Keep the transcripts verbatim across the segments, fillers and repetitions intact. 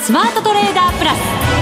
スマートトレーダープラス。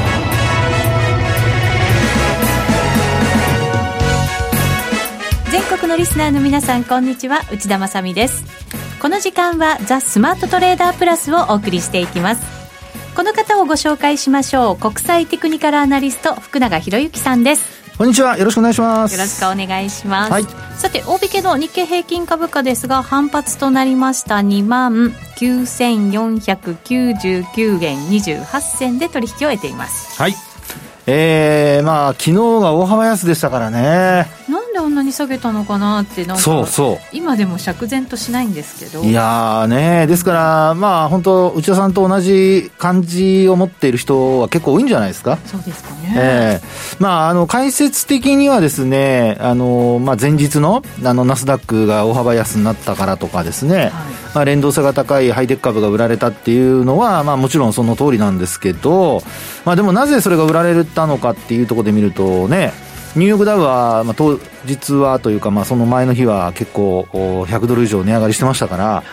全国のリスナーの皆さん、こんにちは、内田まさみです。この時間はザ・スマートトレーダープラスをお送りしていきます。この方をご紹介しましょう。国際テクニカルアナリスト、福永博之さんです。 こんにちは、よろしくお願いします。 よろしくお願いします、 はい、 さて大引けの日経平均株価ですが、反発となりました。 にまんきゅうせんよんひゃくきゅうじゅうきゅうえんにじゅうはっせんで取引を得ています。 はい、えー、まあ昨日が大幅安でしたからね。 なんであんなに下げたのかなって、なんかそうそう今でも釈然としないんですけど。 いやーね、ですからまあ本当内田さんと同じ感じを持っている人は結構多いんじゃないですか。 そうですかね、 えー、まああの解説的にはですね、あの、まあ、前日のあのナスダックが大幅安になったからとかですね、はい、まあ、連動性が高いハイテク株が売られたっていうのは、まあ、もちろんその通りなんですけど、まあ、でもなぜそれが売られたのかっていうところで見るとね、ニューヨークダウは、まあ、当日はというか、まあ、その前の日は結構ひゃくドル以上値上がりしてましたから、はい、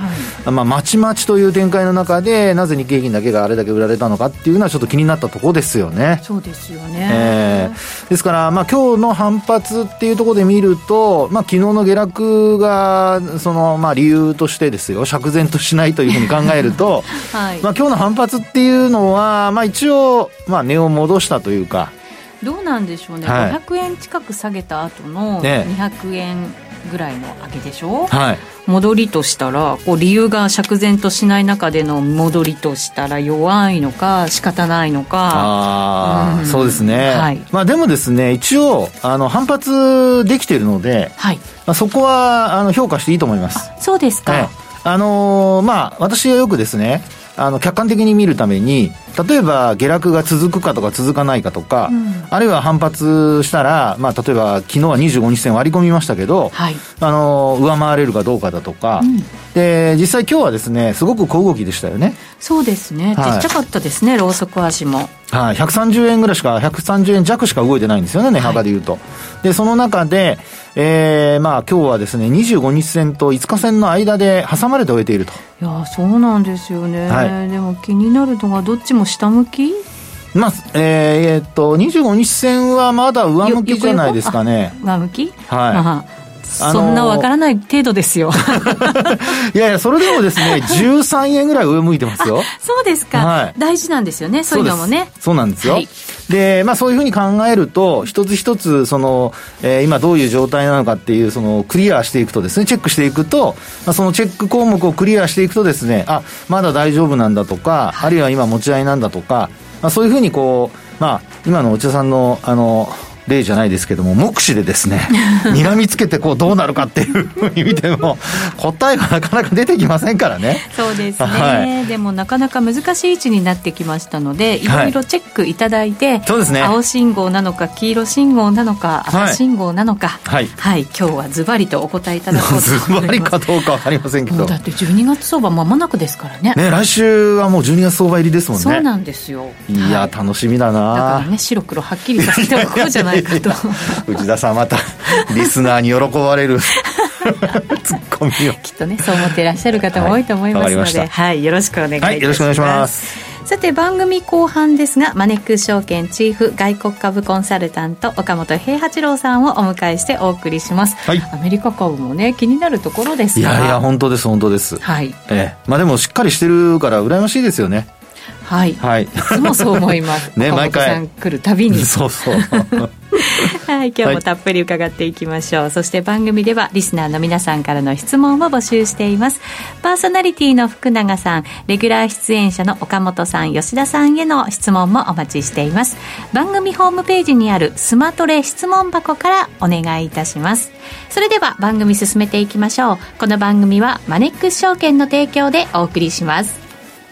まあ、まちまちという展開の中でなぜ日経平均だけがあれだけ売られたのかっていうのはちょっと気になったところですよね。 そうですよね、 えー、ですから、まあ、今日の反発っていうところで見ると、まあ、昨日の下落がその、まあ、理由としてですよ、釈然としないというふうに考えると、はい、まあ、今日の反発っていうのは、まあ、一応、まあ、値を戻したというか、 どうなんでしょうね、はい、ごひゃくえん近く下げた後のにひゃくえんぐらいの上げでしょ、はい、戻りとしたらこう理由が釈然としない中での戻りとしたら弱いのか仕方ないのか。 あ、うん、そうですね、はい、まあ、でもですね、一応あの反発できているので、はい、まあ、そこはあの評価していいと思います。 あ、そうですか、はい、 あのー、まあ私はよくですね、あの客観的に見るために、例えば下落が続くかとか続かないかとか、うん、あるいは反発したら、まあ、例えば昨日はにじゅうごにち線割り込みましたけど、はい、あの上回れるかどうかだとか、うん、で実際今日はですね、すごく小動きでしたよね。 そうですね、はい、ちっちゃかったですね、ローソク足も、 はい、ひゃくさんじゅうえんぐらいしかひゃくさんじゅうえん弱しか動いてないんですよね、値幅でいうと、はい、でその中で、えー、まあ今日はですねにじゅうごにち線といつか線の間で挟まれて終えていると。 いやそうなんですよね、はい、でも気になるのがどっちも下向き、 まあえー、えー、っとにじゅうごにち線はまだ上向きじゃないですかね。 上向き、 はい、 まあそんなわからない程度ですよいやいや、それでもですねじゅうさんえんぐらい上向いてますよ。 そうですか、はい、大事なんですよね、そういうのもね。 そうなんですよ、はい、で、まあ、そういうふうに考えると一つ一つその、えー、今どういう状態なのかっていうそのクリアしていくとですね、チェックしていくと、まあ、そのチェック項目をクリアしていくとですね、あ、まだ大丈夫なんだとか、あるいは今持ち合いなんだとか、まあ、そういうふうにこう、まあ、今のお茶さんのあの例じゃないですけども、目視でですね睨みつけてこうどうなるかっていうふうに見ても答えがなかなか出てきませんからね。 そうですね、はい、でもなかなか難しい位置になってきましたので、いろいろチェックいただいて、はい、そうですね、青信号なのか黄色信号なのか赤信号なのか、はい、はい、今日はズバリとお答えいただこうと思います。 ズバリかどうか分かりませんけど、 だってじゅうにがつ相場間もなくですから ね, ね来週はもうじゅうにがつ相場入りですもんね。 そうなんですよ。 いや、はい、楽しみだな。 だからね、白黒はっきりさせておこうじゃないかと内田さんまたリスナーに喜ばれるツッコミをきっとね、そう思っていらっしゃる方も多いと思いますので、はい、はい、よろしくお願いいたします。はい、よろしくお願いします。さて番組後半ですが、マネックス証券チーフ外国株コンサルタント岡本平八郎さんをお迎えしてお送りします、はい、アメリカ株もね気になるところですが、 いやいや本当です本当です、 はい、 ええ、まあ、でもしっかりしてるから羨ましいですよね。 はい、はい、いつもそう思いますね、岡本さん来るたびにそうそうはい、今日もたっぷり伺っていきましょう、はい、そして番組ではリスナーの皆さんからの質問を募集しています。パーソナリティの福永さん、レギュラー出演者の岡本さん、吉田さんへの質問もお待ちしています。番組ホームページにあるスマトレ質問箱からお願いいたします。それでは番組進めていきましょう。この番組はマネックス証券の提供でお送りします。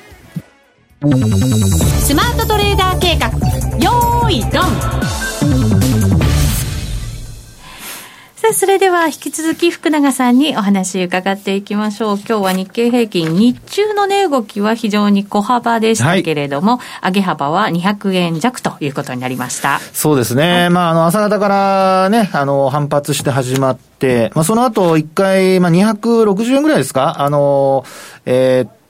スマートトレーダー計画、よーいドン。さあ、それでは引き続き福永さんにお話伺っていきましょう。今日は日経平均、日中の値動きは非常に小幅でしたけれども、はい、上げ幅はにひゃくえん弱ということになりました。 そうですね、はい、まあ、あの朝方からね、あの反発して始まって、まあ、その後一回、まあ、にひゃくろくじゅうえんぐらいですか、あのえー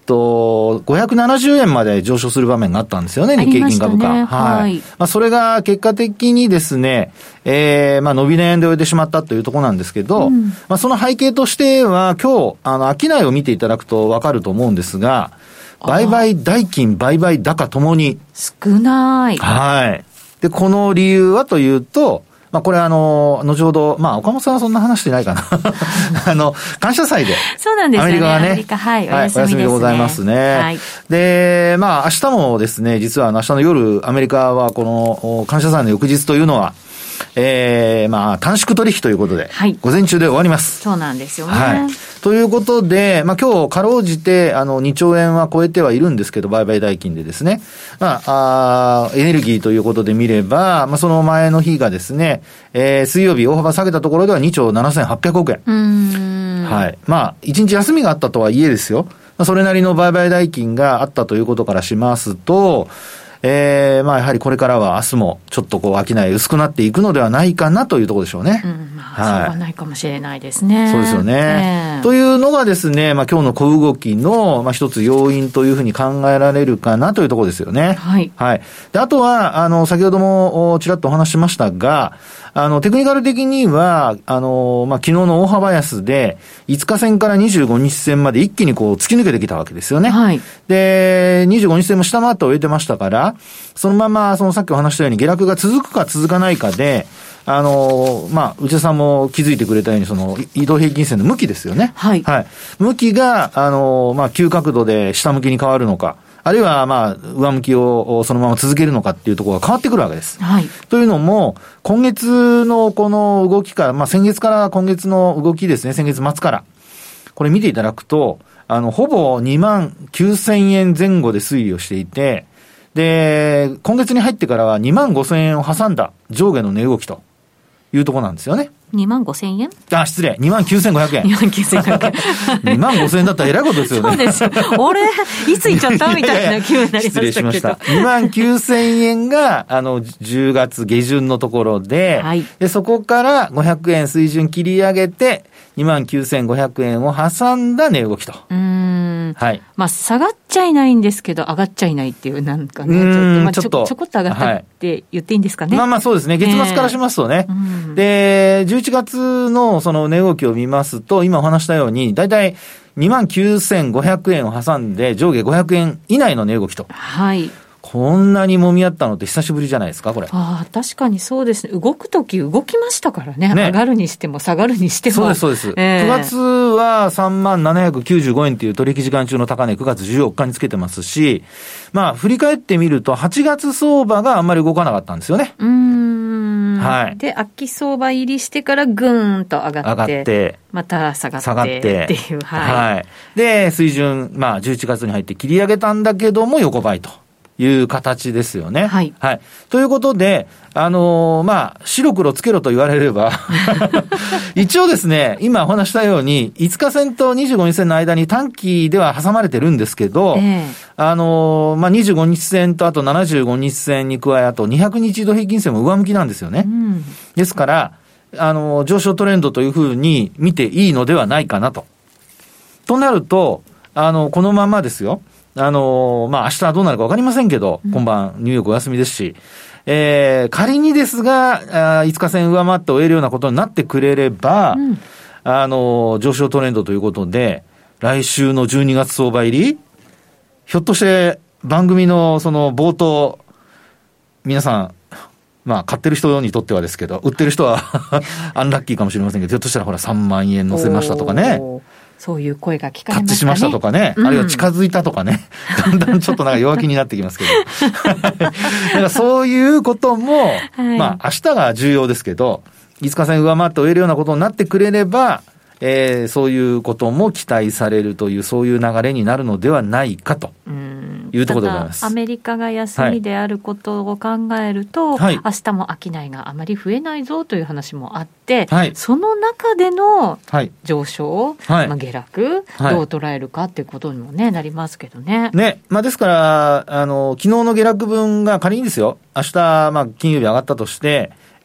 と、ごひゃくななじゅうえんまで上昇する場面があったんですよね、日経平均株価。 ね、はい。はい、 まあ、それが結果的にですね、えー、まあ、伸び悩んで終えてしまったというところなんですけど、うん、まあ、その背景としては、今日、あの、商いを見ていただくとわかると思うんですが、売買代金、売買高ともに。 少ない。 はい。で、この理由はというと、まあ、これあの、後ほど、まあ、岡本さんはそんな話してないかな。あの、感謝祭で。 そうなんですよね。 アメリカはね。 アメリカ、はい、 はい、お休みですね。お休みでございますね。はい。で、まあ、明日もですね、実は明日の夜、アメリカはこの、感謝祭の翌日というのは、えー、まあ、短縮取引ということで、はい、午前中で終わります。 そうなんですよね。 はい。ということで、まあ、今日、かろうじて、あの、にちょうえんは超えてはいるんですけど、売買代金でですね。まあ、あエネルギーということで見れば、まあ、その前の日がですね、えー、水曜日大幅下げたところではにちょうななせんはっぴゃくおくえん。うーん。はい。まあ、いちにち休みがあったとはいえですよ。まあ、それなりの売買代金があったということからしますと、えー、まあやはりこれからは明日もちょっとこう商い薄くなっていくのではないかなというところでしょうね。 うん、まあ、はい。そうはないかもしれないですね。 そうですよね。えー、というのがですね、まあ今日の小動きの、まあ一つ要因というふうに考えられるかなというところですよね。 はい。 はい。で、あとは、あの、先ほどもちらっとお話ししましたが、あの、テクニカル的には、あの、まあ昨日の大幅安で、いつか線からにじゅうごにち線まで一気にこう突き抜けてきたわけですよね。 はい。 で、にじゅうごにち線も下回って終えてましたから、そのまま、そのさっきお話したように下落が続くか続かないかで、あの、まあ、内田さんも気づいてくれたように、その、移動平均線の向きですよね。 はい。 はい。向きが、あの、まあ、急角度で下向きに変わるのか、あるいは、まあ、上向きをそのまま続けるのかっていうところが変わってくるわけです。 はい。 というのも、今月のこの動きから、まあ、先月から今月の動きですね、先月末から。これ見ていただくと、あの、ほぼにまんきゅうせんえん前後で推移をしていて、で、今月に入ってからはにまんごせんえんを挟んだ上下の値動きというところなんですよね。 にまんごせんえん？ あ、失礼。にまんきゅうせんごひゃくえん。 にまんきゅうせんごひゃくえん。 にまんごせんえんだったら偉いことですよね。 そうですよ。俺、いつ行っちゃったみたいな気分になりましたけど。 失礼しました。にまんきゅうせんえんが、あの、じゅうがつ下旬のところで、はい、で、そこからごひゃくえん水準切り上げて、にまんきゅうせんごひゃくえんを挟んだ値動きと。 うーん。 はい。 まあ、下がっちゃいないんですけど、上がっちゃいないっていう、なんかね、ちょっと、まあ、ちょっと、ちょこっと上がったって言っていいんですかね。 まあまあそうですね。月末からしますとね。えー、で、じゅういちがつのその値動きを見ますと、今お話したように、だいたいにまんきゅうせんごひゃくえんを挟んで、上下ごひゃくえん以内の値動きと。 はい。 こんなに揉み合ったのって久しぶりじゃないですか、これ。 ああ、確かにそうですね。動くとき動きましたからね。ね、上がるにしても下がるにしても。 そうです、そうです。えー、くがつはさんまんななひゃくきゅうじゅうごえんっていう取引時間中の高値、くがつじゅうよっかにつけてますし、まあ、振り返ってみると、はちがつ相場があんまり動かなかったんですよね。 うーん。 はい。 で、秋相場入りしてからぐーんと上がって。上がって。また下がって。下がって。っていう、はい。 はい。で、水準、まあ、じゅういちがつに入って切り上げたんだけども、横ばいと。いう形ですよね。 はい。 はい。ということで、あのー、まあ、白黒つけろと言われれば、一応ですね、今お話したように、いつか線とにじゅうごにち線の間に短期では挟まれてるんですけど、えー、あのー、まあ、にじゅうごにち線とあとななじゅうごにち線に加え、あとにひゃくにち移動平均線も上向きなんですよね。うん、ですから、あのー、上昇トレンドというふうに見ていいのではないかなと。となると、あのー、このままですよ。あのー、まあ、明日はどうなるか分かりませんけど、うん、今晩ニューヨークお休みですし、えー、仮にですが、いつか線上回って終えるようなことになってくれれば、うん、あのー、上昇トレンドということで、来週のじゅうにがつ相場入り、ひょっとして番組のその冒頭、皆さん、まあ、買ってる人にとってはですけど、売ってる人はアンラッキーかもしれませんけど、ひょっとしたらほらさんまんえん乗せましたとかね。 そういう声が聞かれましたね。 タッチしましたとかね、うん、あるいは近づいたとかね、だんだんちょっとなんか弱気になってきますけど。だからそういうことも、はい、まあ明日が重要ですけど、いつか線上回って終えるようなことになってくれれば、えー、そういうことも期待されるという、そういう流れになるのではないかというところでございます。 ただアメリカが休みであることを考えると、はい、明日も商いがあまり増えないぞという話もあって、はい、その中での上昇、はいまあ、下落、はい、どう捉えるかということにも、ね、なりますけどね。 ねまあ、ですからあの、昨日の下落分が仮にですよ、明日、まあ、金曜日上がったとして、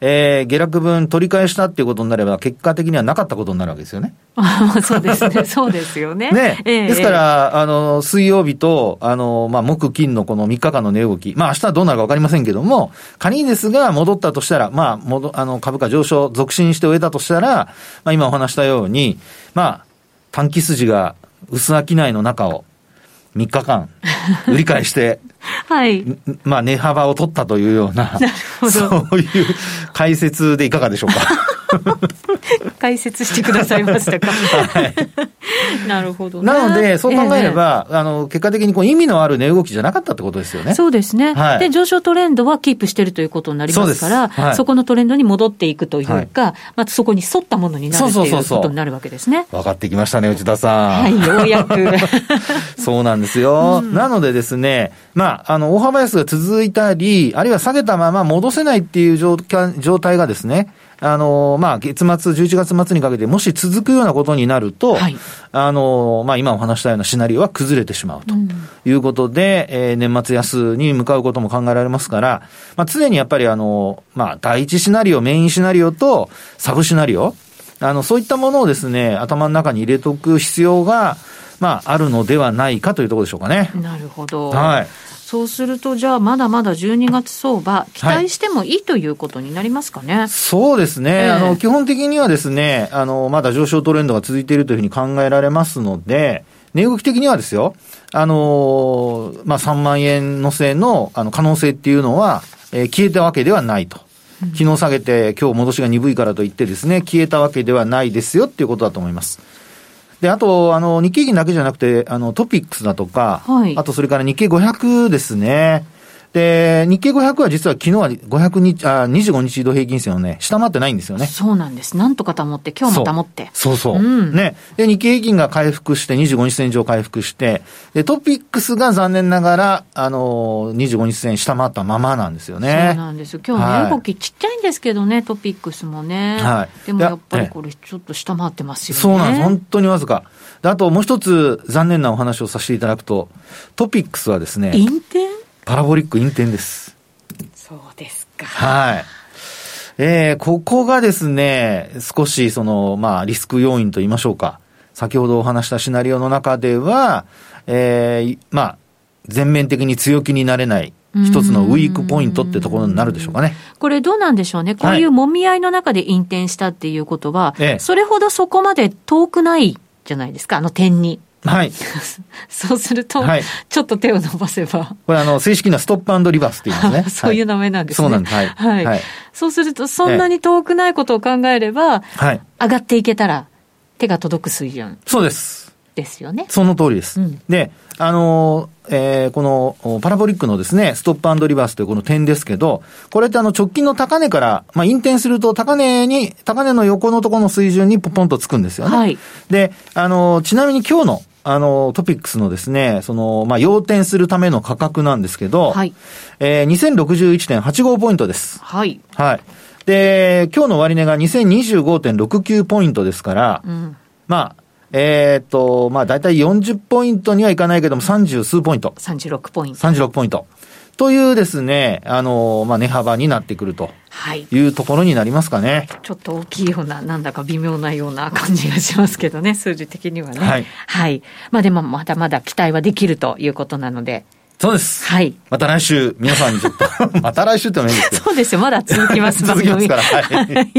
えー、下落分取り返したっていうことになれば、結果的にはなかったことになるわけですよね。 そうですね。そうですよね。 ね。 えー、 ですから、あの、水曜日と、あの、まあ、木金のこのみっかかんの値動き、まあ、明日はどうなるかわかりませんけども、仮にですが、戻ったとしたら、まあ、戻、あの、株価上昇、続伸して終えたとしたら、まあ、今お話したように、まあ、短期筋が薄商いの中をみっかかん売り返して、はい。まあ、値幅を取ったというような、なるほど。そういう解説でいかがでしょうか。 解説してくださいましたか。はい。なるほどね。 なので、そう考えれば、えー、あの、結果的にこう意味のある値動きじゃなかったってことですよね。 そうですね。はい。で、上昇トレンドはキープしてるということになりますから、 そ,、はい、そこのトレンドに戻っていくというか、はい、まあ、そこに沿ったものになるということになるわけですね。 分かってきましたね、内田さん。 はい、ようやく。 そうなんですよ。うん、なのでですね、まあ、あの、大幅安が続いたり、あるいは下げたまま戻せないっていう状態がですね、あの、まあ、月末、じゅういちがつ末にかけてもし続くようなことになると、はい、あの、まあ、今お話したようなシナリオは崩れてしまうということで、うん、えー、年末安に向かうことも考えられますから、まあ、常にやっぱりあの、まあ、第一シナリオ、メインシナリオとサブシナリオ、あの、そういったものをですね、頭の中に入れとく必要が、まあ、あるのではないかというところでしょうかね。 なるほど。 はい。 そうすると、じゃあ、まだまだじゅうにがつ相場、期待してもいいということになりますかね。はい、 そうですね。えー、あの、基本的にはですね、あの、まだ上昇トレンドが続いているというふうに考えられますので、値動き的にはですよ、あの、まあ、さんまんえんのせの、あの、可能性っていうのは、えー、消えたわけではないと。うん、昨日下げて、今日戻しが鈍いからといってですね、消えたわけではないですよっていうことだと思います。で、あと、あの、日経平均だけじゃなくて、あの、トピックスだとか、はい、あとそれから日経ごひゃくですね。で、日経ごひゃくは実は昨日はごひゃくにち、あ、にじゅうごにち移動平均線をね、下回ってないんですよね。 そうなんです。なんとか保って、今日も保って。 そうそうそう、うん。ね。で、日経平均が回復して、にじゅうごにち線上回復して、で、トピックスが残念ながら、あの、にじゅうごにち線下回ったままなんですよね。 そうなんですよ。今日ね、はい、動きちっちゃいんですけどね、トピックスもね。はい。でもやっぱりこれちょっと下回ってますよね。 そうなんです。本当にわずか。で、あともう一つ残念なお話をさせていただくと、トピックスはですね、 引転？ パラボリック引転です。 そうですか。 はい。えー、ここがですね、少しその、まあ、リスク要因と言いましょうか。先ほどお話したシナリオの中では、えー、まあ、全面的に強気になれない。一つのウィークポイントってところになるでしょうかね。 これどうなんでしょうね。こういう揉み合いの中で引転したっていうことは、はい、それほどそこまで遠くないじゃないですか、あの点に。 はい。 そうすると、はい、ちょっと手を伸ばせば。 これあの、正式なストップ&リバースって言いますね。 そういう名前なんですね。 はい、そうなんです。はい。 はい。はい、そうすると、そんなに遠くないことを考えれば、はい、上がっていけたら、手が届く水準。 そうです。 ですよね。 その通りです。うん、で、あの、えー、このパラボリックのですね、ストップ&リバースというこの点ですけど、これってあの直近の高値から、まあ、引転すると高値に、高値の横のところの水準にポポンとつくんですよね。はい。で、あの、ちなみに今日のあの、トピックスのですね、その、まあ、要点するための価格なんですけど、はい。えー、にせんろくじゅういちてんはちご ポイントです。 はい。 はい。で、今日の終値が にせんにじゅうごてんろくきゅう ポイントですから、うん、まあ、えー、っと、まあ、だいたいよんじゅうポイントにはいかないけども、さんじゅう数ポイント。 さんじゅうろくポイント。 さんじゅうろくポイント。というですね、あの、まあ、値幅になってくるというところになりますかね。はい、 ちょっと大きいような、なんだか微妙なような感じがしますけどね、数字的にはね。はい。はい。まあでも、まだまだ期待はできるということなので。 そうです。 はい。 また来週、皆さんにちょっと、また来週ってもいいんですけど。 そうですよ、まだ続きます。 続きますから、はい。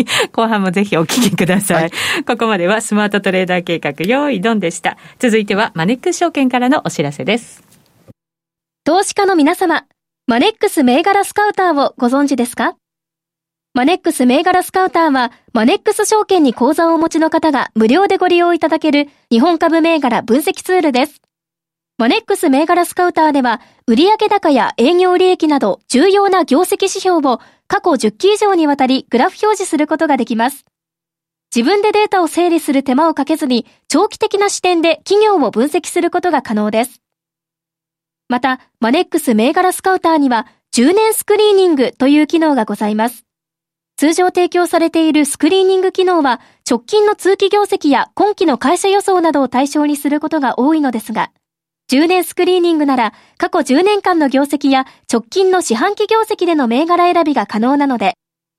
後半もぜひお聞きください。はい、ここまではスマートトレーダー計画、用意ドンでした。続いては、マネックス証券からのお知らせです。 投資家の皆様、マネックス銘柄スカウターをご存知ですか？マネックス銘柄スカウターは、マネックス証券に口座をお持ちの方が無料でご利用いただける日本株銘柄分析ツールです。マネックス銘柄スカウターでは、売上高や営業利益など重要な業績指標を過去じゅっき以上にわたりグラフ表示することができます。自分でデータを整理する手間をかけずに、長期的な視点で企業を分析することが可能です。また、マネックス銘柄スカウターには、じゅうねんスクリーニングという機能がございます。通常提供されているスクリーニング機能は、直近の通期業績や今期の会社予想などを対象にすることが多いのですが、じゅうねんスクリーニングなら、過去じゅうねんかんの業績や直近の四半期業績での銘柄選びが可能なので、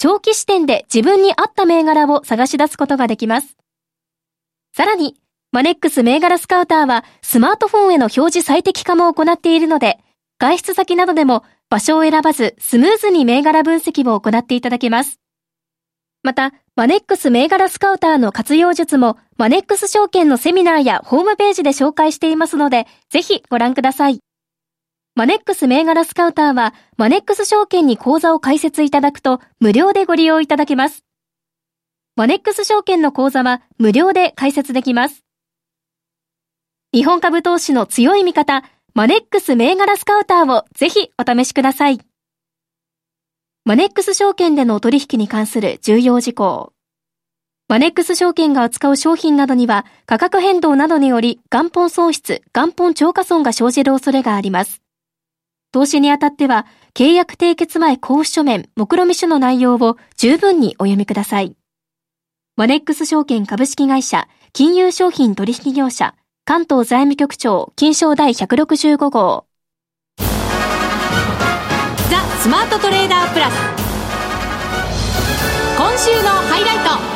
長期視点で自分に合った銘柄を探し出すことができます。さらに、マネックス銘柄スカウターはスマートフォンへの表示最適化も行っているので、外出先などでも場所を選ばずスムーズに銘柄分析を行っていただけます。また、マネックス銘柄スカウターの活用術もマネックス証券のセミナーやホームページで紹介していますので、ぜひご覧ください。マネックス銘柄スカウターはマネックス証券に口座を開設いただくと無料でご利用いただけます。マネックス証券の口座は無料で開設できます。日本株投資の強い味方、マネックス銘柄スカウターをぜひお試しください。マネックス証券での取引に関する重要事項。マネックス証券が扱う商品などには価格変動などにより元本損失、元本超過損が生じる恐れがあります。投資にあたっては契約締結前交付書面、目論見書の内容を十分にお読みください。マネックス証券株式会社、金融商品取引業者、関東財務局長、金商第ひゃくろくじゅうご号。 ザ・スマートトレーダープラス。今週のハイライト。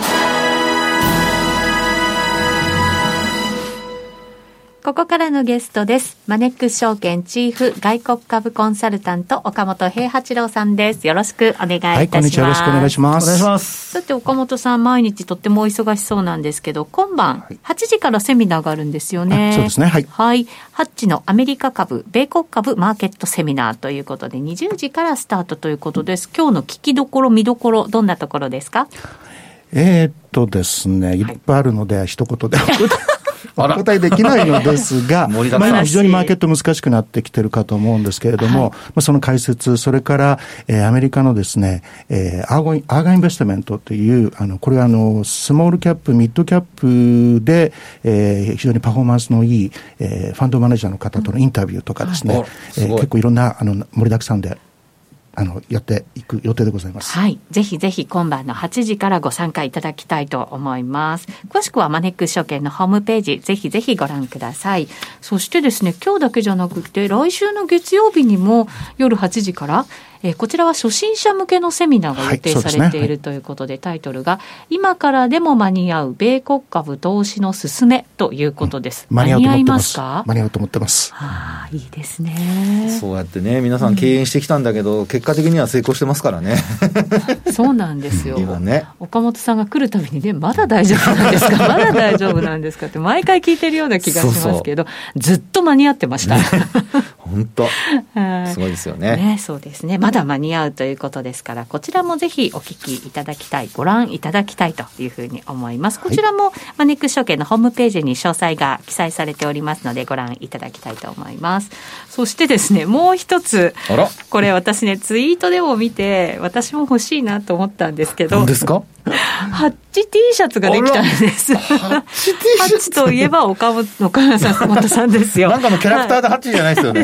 ここからのゲストです。マネックス証券チーフ外国株コンサルタント岡本平八郎さんです。よろしくお願いいたします。はい、 こんにちは。よろしくお願いします。 お願いします。 さて岡本さん、毎日とってもお忙しそうなんですけど、今晩はちじからセミナーがあるんですよね。 そうですね。はい。 はい。ハッチのアメリカ株、米国株マーケットセミナーということでにじゅうじからスタートということです。今日の聞きどころ見どころどんなところですか？ えー、っとですね、いっぱいあるので、はい、一言でお答えできないのですが、まあ、今非常にマーケット難しくなってきてるかと思うんですけれども、はい、まあ、その解説、それから、えー、アメリカのですね、えー、アーゴイン、アーガインベストメントという、あの、これはあの、スモールキャップ、ミッドキャップで、えー、非常にパフォーマンスのいい、えー、ファンドマネージャーの方とのインタビューとかですね、はい、えー、結構いろんな、あの、盛りだくさんで、あのやっていく予定でございます。 はい、ぜひぜひ今晩のはちじからご参加いただきたいと思います。詳しくはマネックス証券のホームページぜひぜひご覧ください。そしてですね、今日だけじゃなくて来週の月曜日にも夜はちじからえー、こちらは初心者向けのセミナーが予定されている、はい、ということで、タイトルが今からでも間に合う米国株投資のすすめということです、 うん、間に合うと思ってます。 間に合いますか？ 間に合うと思ってます。 ああ、いいですね。 そうやってね、皆さん敬遠してきたんだけど、うん、結果的には成功してますからね。 そうなんですよ、 今ね、 岡本さんが来るたびにね、まだ大丈夫なんですかまだ大丈夫なんですかって毎回聞いてるような気がしますけど、そうそう、ずっと間に合ってました、ね、 本当すごいですよね。 ね、そうですね、まだ間に合うということですから、こちらもぜひお聞きいただきたい、ご覧いただきたいというふうに思います。こちらも、はい、マネックス証券のホームページに詳細が記載されておりますのでご覧いただきたいと思います。そしてですね、もう一つ、あら、これ私ねツイートでも見て私も欲しいなと思ったんですけど、 何ですか？ ハッチ T シャツができたんです。ハッチ T シャツ、ハッチといえば岡本岡本さんですよ。 なんかのキャラクターでハッチじゃないですよね。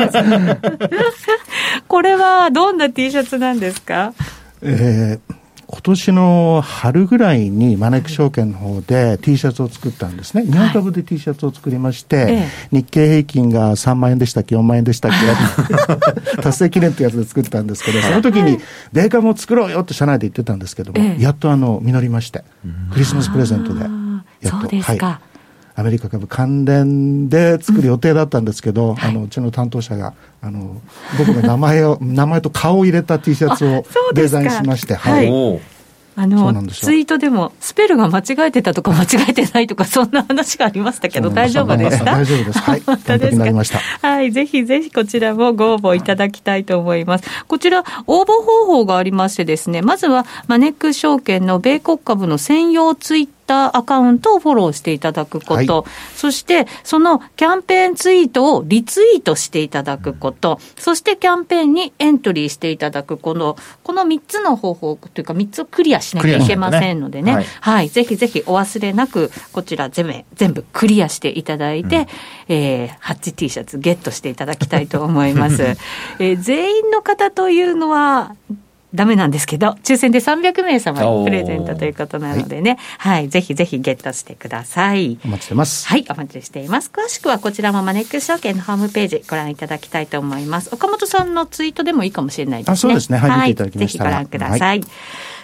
これはどんな T シャツなんですか？ えー今年の春ぐらいにマネックス証券の方で T シャツを作ったんですね。日本株で T シャツを作りまして、はい、日経平均がさんまんえんでしたっけよんまんえんでしたっけ達成記念ってやつで作ったんですけど、その時に米株も作ろうよって社内で言ってたんですけども、やっとあの実りまして、クリスマスプレゼントでやっと、 そうですか、 はい、アメリカ株関連で作る予定だったんですけど、うん、あのうちの担当者があの僕の名前を名前と顔を入れた T シャツをデザインしまして、はい、はい、 あのツイートでもスペルが間違えてたとか間違えてないとかそんな話がありましたけど大丈夫ですか？ 大丈夫です。はい、本当になりました。 はい、ぜひぜひこちらもご応募いただきたいと思います。こちら応募方法がありましてですね、まずはマネックス証券の米国株の専用ツイッターアカウントをフォローしていただくこと、はい、そしてそのキャンペーンツイートをリツイートしていただくこと、そしてキャンペーンにエントリーしていただくこのこのみっつの方法というかみっつをクリアしなきゃいけませんのでね、はいはい、ぜひぜひお忘れなくこちら全部全部クリアしていただいて、うん、えー、ハッチ T シャツゲットしていただきたいと思います、えー、全員の方というのはダメなんですけど、抽選でさんびゃくめいさまにプレゼントということなのでね、はい、はい、ぜひぜひゲットしてください。 お待ちしてます。 はい、お待ちしています。詳しくはこちらもマネックス証券のホームページご覧いただきたいと思います。岡本さんのツイートでもいいかもしれないですね。 あ、そうですね、はい、見ていただきましたら、 ぜひご覧ください、はい。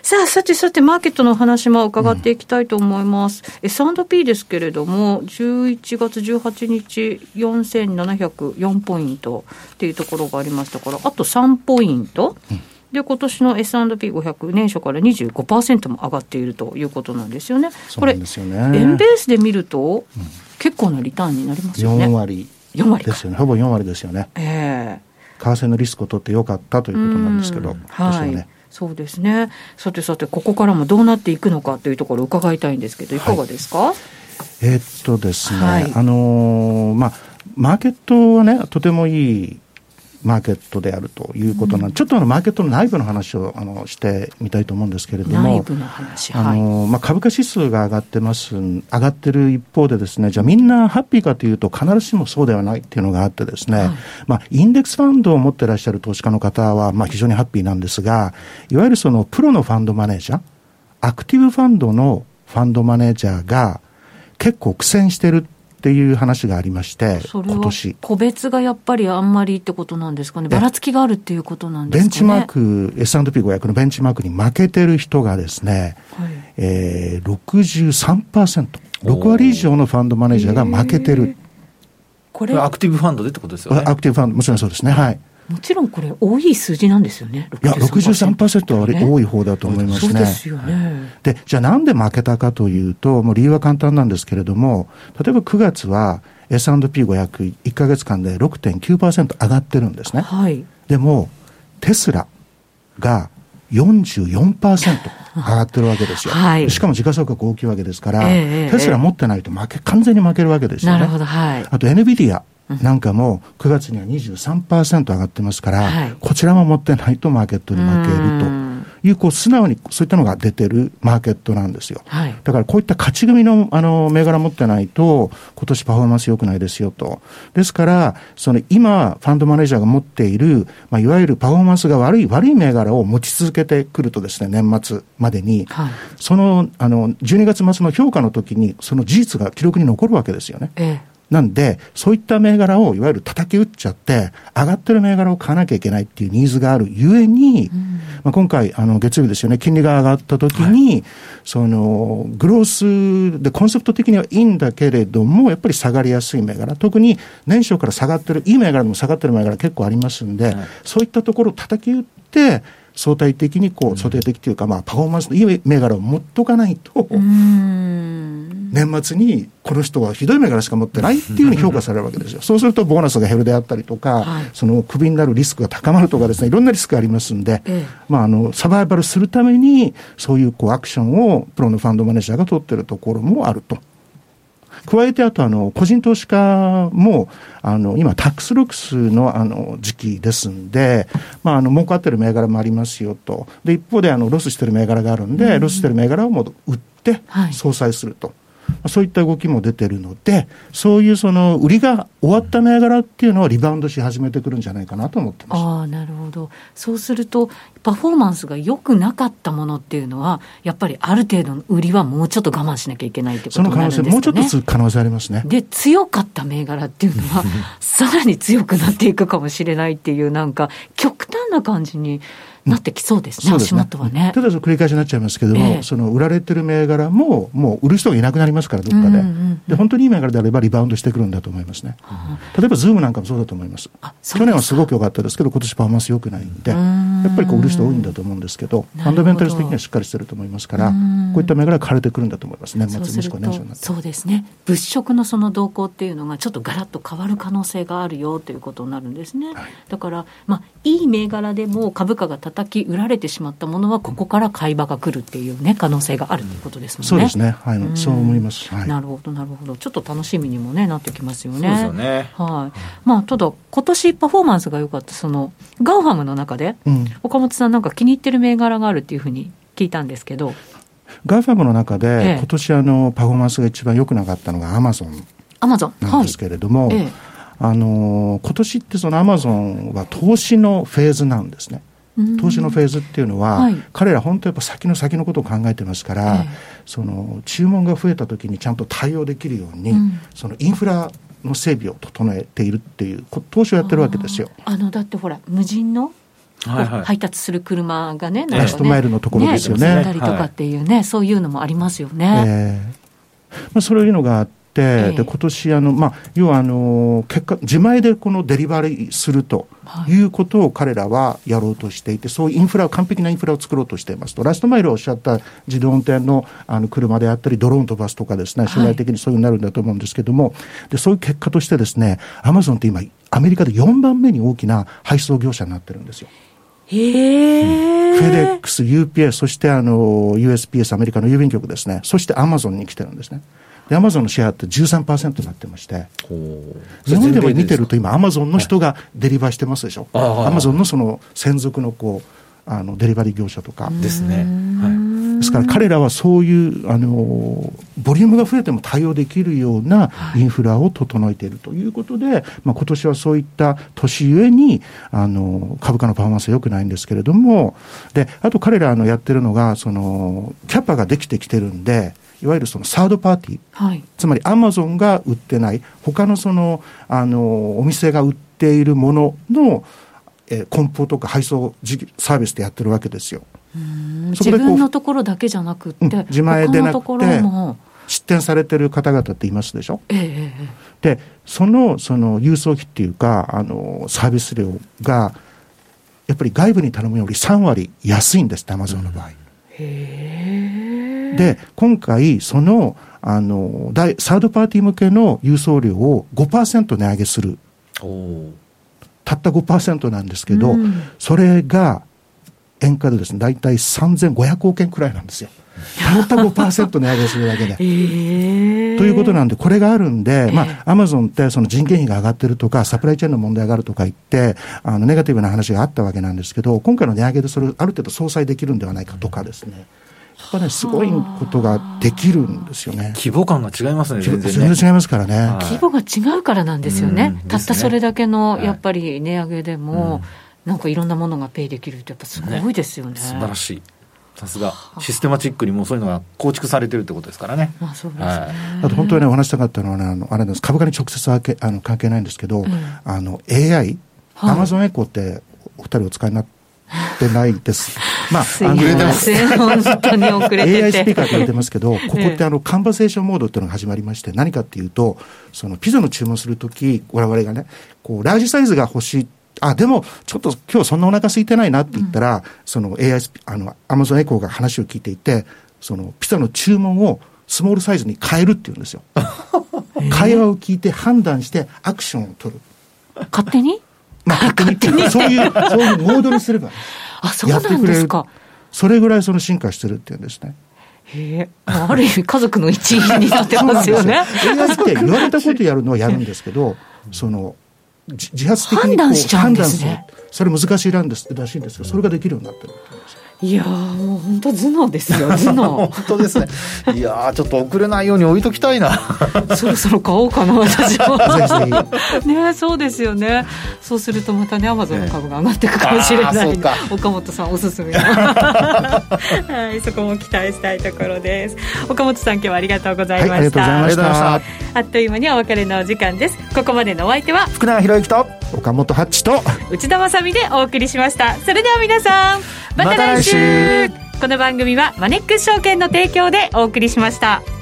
さあ、さてさて、マーケットの話も伺っていきたいと思います。うん、エスアンドピー ですけれども、じゅういちがつじゅうはちにち、よんせんななひゃくよんポイントっていうところがありましたから、あとさんポイント。うんで今年の エスアンドピーごひゃく 年初から にじゅうごパーセント も上がっているということなんですよね。 そうなんですよね。 これ円ベースで見ると、うん、結構なリターンになりますよね。 よんわりですよね。ほぼよんわりですよね。えー、為替のリスクを取ってよかったということなんですけど、 はい、そうですね。さてさて、ここからもどうなっていくのかというところを伺いたいんですけど、いかがですか？はい、 えー、っとですね、はい、あのー、まあマーケットはね、とてもいいマーケットであるということなんで、うん、ちょっとあのマーケットの内部の話をあのしてみたいと思うんですけれども、 内部の話、 あの、はい、まあ、株価指数が上がってます上がってる一方でですね、じゃあみんなハッピーかというと必ずしもそうではないっていうのがあってですね、はい、まあ、インデックスファンドを持ってらっしゃる投資家の方はまあ非常にハッピーなんですが、いわゆるそのプロのファンドマネージャー、アクティブファンドのファンドマネージャーが結構苦戦してるっていう話がありまして、 それは個別がやっぱりあんまりってことなんですかね。ばらつきがあるっていうことなんですかね。 ベンチマーク エスアンドピーごひゃく のベンチマークに負けてる人がですね、はい、えー、ろくじゅうさんパーセント、ろくわり以上のファンドマネージャーが負けてる。 これアクティブファンドでってことですよね。 アクティブファンドもちろんそうですね。はい。 もちろんこれ多い数字なんですよね。 いや ろくじゅうさんパーセント は多い方だと思いますね。 そうですよね。 で、じゃあなんで負けたかというと、もう理由は簡単なんですけれども、例えばくがつは エスアンドピーごひゃくいっかげつかんで ろくてんきゅうパーセント 上がってるんですね。はい。でもテスラが よんじゅうよんパーセント 上がってるわけですよ。はい。しかも時価総額大きいわけですから、えー、テスラ持ってないと負け完全に負けるわけですよね。 なるほど。はい。 あと エヌビディアなんかもくがつには にじゅうさんパーセント 上がってますから、はい、こちらも持ってないとマーケットに負けるという、こう素直にそういったのが出てるマーケットなんですよ。はい、だからこういった勝ち組のあの銘柄持ってないと今年パフォーマンス良くないですよと。ですからその今ファンドマネージャーが持っている、まあ、いわゆるパフォーマンスが悪い悪い銘柄を持ち続けてくるとですね、年末までに、はい、そのあのじゅうにがつ末の評価の時にその事実が記録に残るわけですよね。ええ、なんでそういった銘柄をいわゆる叩き打っちゃって上がってる銘柄を買わなきゃいけないっていうニーズがあるゆえに、うん、まあ、今回あの月曜日ですよね、金利が上がった時に、はい、そのグロースでコンセプト的にはいいんだけれどもやっぱり下がりやすい銘柄、特に年初から下がってるいい銘柄でも下がってる銘柄結構ありますんで、はい、そういったところを叩き打って相対的にこう相対的というか、まあパフォーマンスのいい銘柄を持っとかないと、うーん、年末にこの人はひどい銘柄しか持ってないっていうふうに評価されるわけですよ。そうするとボーナスが減るであったりとか、はい、そのクビになるリスクが高まるとかですね、いろんなリスクがありますんで、ええ、まああのサバイバルするためにそういうこうアクションをプロのファンドマネージャーが取っているところもあると。加えてあとあの個人投資家もあの今タックスロックスのあの時期ですんで、まああの儲かってる銘柄もありますよと。で一方であのロスしてる銘柄があるんで、うん、ロスしてる銘柄をもう売って相殺すると、はい、そういった動きも出てるので、そういうその売りが終わった銘柄っていうのはリバウンドし始めてくるんじゃないかなと思ってます。 ああ、なるほど。そうするとパフォーマンスが良くなかったものっていうのはやっぱりある程度の売りはもうちょっと我慢しなきゃいけないってことになるんですかね。 その可能性もうちょっとつ可能性ありますね。 で強かった銘柄っていうのはさらに強くなっていくかもしれないっていう、なんか極端な感じになってきそうですね、うん、足元はね。 ただ繰り返しになっちゃいますけども、えー、その売られてる銘柄ももう売る人がいなくなりますから、どっかで、うんうんうん、で本当にいい銘柄であればリバウンドしてくるんだと思いますね、うん、例えばズームなんかもそうだと思います。去年はすごく良かったですけど今年パフォーマンス良くないんで、やっぱりこう売る人多いんだと思うんですけど、ファンダメンタルス的にはしっかりしてると思いますから、こういった銘柄が枯れてくるんだと思います。年末もしくは年初になって。 そうですね、物色のその動向っていうのがちょっとガラッと変わる可能性があるよということになるんですね、はい、だから、まあ、いい銘柄でも株価が叩き売られてしまったものはここから買い場が来るっていう、ね、可能性があるということですもんね。 そうですね、はい、うん、そう思います、はい、 なるほどなるほど。ちょっと楽しみにも、ね、なってきますよね。 そうですよね、 はい。まあ、ただ今年パフォーマンスが良かったそのガオファムの中で、うん、岡本さんなんか気に入ってる銘柄があるっていうふうに聞いたんですけど、 ガオファムの中で、ええ、今年あのパフォーマンスが一番良くなかったのがアマゾンなんですけれども、はい、ええ、あの今年ってそのアマゾンは投資のフェーズなんですね。投資のフェーズっていうのは、はい、彼ら本当やっぱ先の先のことを考えてますから、ええ、その注文が増えた時にちゃんと対応できるように、うん、そのインフラの整備を整えているっていう投資をやってるわけですよ。 あのだってほら無人のはいはい、配達する車がね、なんかね、 ラストマイルのところですよね。 ね、たりとかっていうね、はい、そういうのもありますよね。 えーまあ、そういうのがあって、えー、で今年あの、まあ、要はあの結果自前でこのデリバリーするということを彼らはやろうとしていて、そういうインフラ、完璧なインフラを作ろうとしていますと。ラストマイルをおっしゃった自動運転 の, あの車であったり、ドローン飛ばすとかですね、将来的にそういうになるんだと思うんですけども、はい、でそういう結果としてですね、アマゾンって今アメリカでよんばんめに大きな配送業者になってるんですよ。 へー、 うん、フェデックス、ユーピーエス、そしてあの ユーエスピーエス、アメリカの郵便局ですね、そしてアマゾンに来てるんですね。でアマゾンのシェアって じゅうさんパーセント になってまして、日本でも見てると今アマゾンの人がデリバーしてますでしょ。アマゾンのその専属のこうあのデリバリー業者とかですね、はい、 ですから彼らはそういうあのボリュームが増えても対応できるようなインフラを整えているということで、はい、まあ、今年はそういった年ゆえにあの株価のパフォーマンスは良くないんですけれども、であと彼らあのやってるのがそのキャパができてきてるんで、いわゆるそのサードパーティー、はい、つまりアマゾンが売ってない他のそのあのお店が売っているものの、えー、梱包とか配送サービスでやってるわけですよ。 うーん、自分のところだけじゃなくって、うん、 自前でなくても出店されてる方々っていますでしょ、 えー、でその、その郵送費っていうかあのサービス料がやっぱり外部に頼むよりさんわり安いんですって、アマゾンの場合、うん、 へー。 で今回その、あの大サードパーティー向けの郵送料を ごパーセント 値上げする、たった ごパーセント なんですけど、うん、それが円価でですね、だいたいさんぜんごひゃくおけんくらいなんですよ。たった ごパーセント 値上げするだけで、 えー、 ということなんで、これがあるんで、まあ、アマゾンってその人件費が上がってるとかサプライチェーンの問題があるとか言ってあのネガティブな話があったわけなんですけど、今回の値上げでそれをある程度相殺できるんではないかとかですね、やっぱね、すごいことができるんですよね。 規模感が違いますね、全然ね。 全然違いますからね、 はい、規模が違うからなんですよね、うん、たったそれだけのやっぱり値上げでも、はい、なんかいろんなものがペイできるってやっぱすごいですよね。 素晴らしい。さすがシステマチックにもうそういうのが構築されてるってことですからね。 まあ、そうですね、 はい、 あと本当にね、お話したかったのは、ね、あのあれです、株価に直接あけあの関係ないんですけど、うん、あの エーアイ、アマゾンエコーってお二人お使いになってないです。まあ、 すいません、本当に遅れててエーアイ スピーカーって言われてますけど、ここってあのカンバセーションモードっていうのが始まりまして、何かっていうと、そのピザの注文するとき我々がね、こうラージサイズが欲しい、あでもちょっと今日そんなお腹空いてないなって言ったら、うん、その エーアイ あの Amazon エコーが話を聞いていて、そのピザの注文をスモールサイズに変えるっていうんですよ。会話を聞いて判断してアクションを取る。 勝手に、 まあ、勝手にそういうそういうモードにすれば、ね、 あ、そうなんですか。 それぐらいその進化してるっていうんですね。 へえ、ある意味家族の一員になってますよね。 エーアイ って言われたことやるのはやるんですけど、その自発的にこう判断しちゃうんですね。 それ難しいらんですらしいんですけど、それができるようになってるって言うんです。 いやー、もう本当頭脳ですよ、頭脳。 本当ですね。いやー、ちょっと遅れないように置いときたいな。 そろそろ買おうかな、私も。 ぜひね、そうですよね。そうするとまたね、アマゾンの株が上がっていくかもしれない、ね、岡本さんおすすめのはい、そこも期待したいところです。岡本さん、今日はありがとうございました。 はい、ありがとうございました。 あっという間にお別れのお時間です。ここまでのお相手は福永博之と岡本ハッチと内田まさみでお送りしました。それでは皆さん、また来週。この番組はマネックス証券の提供でお送りしました。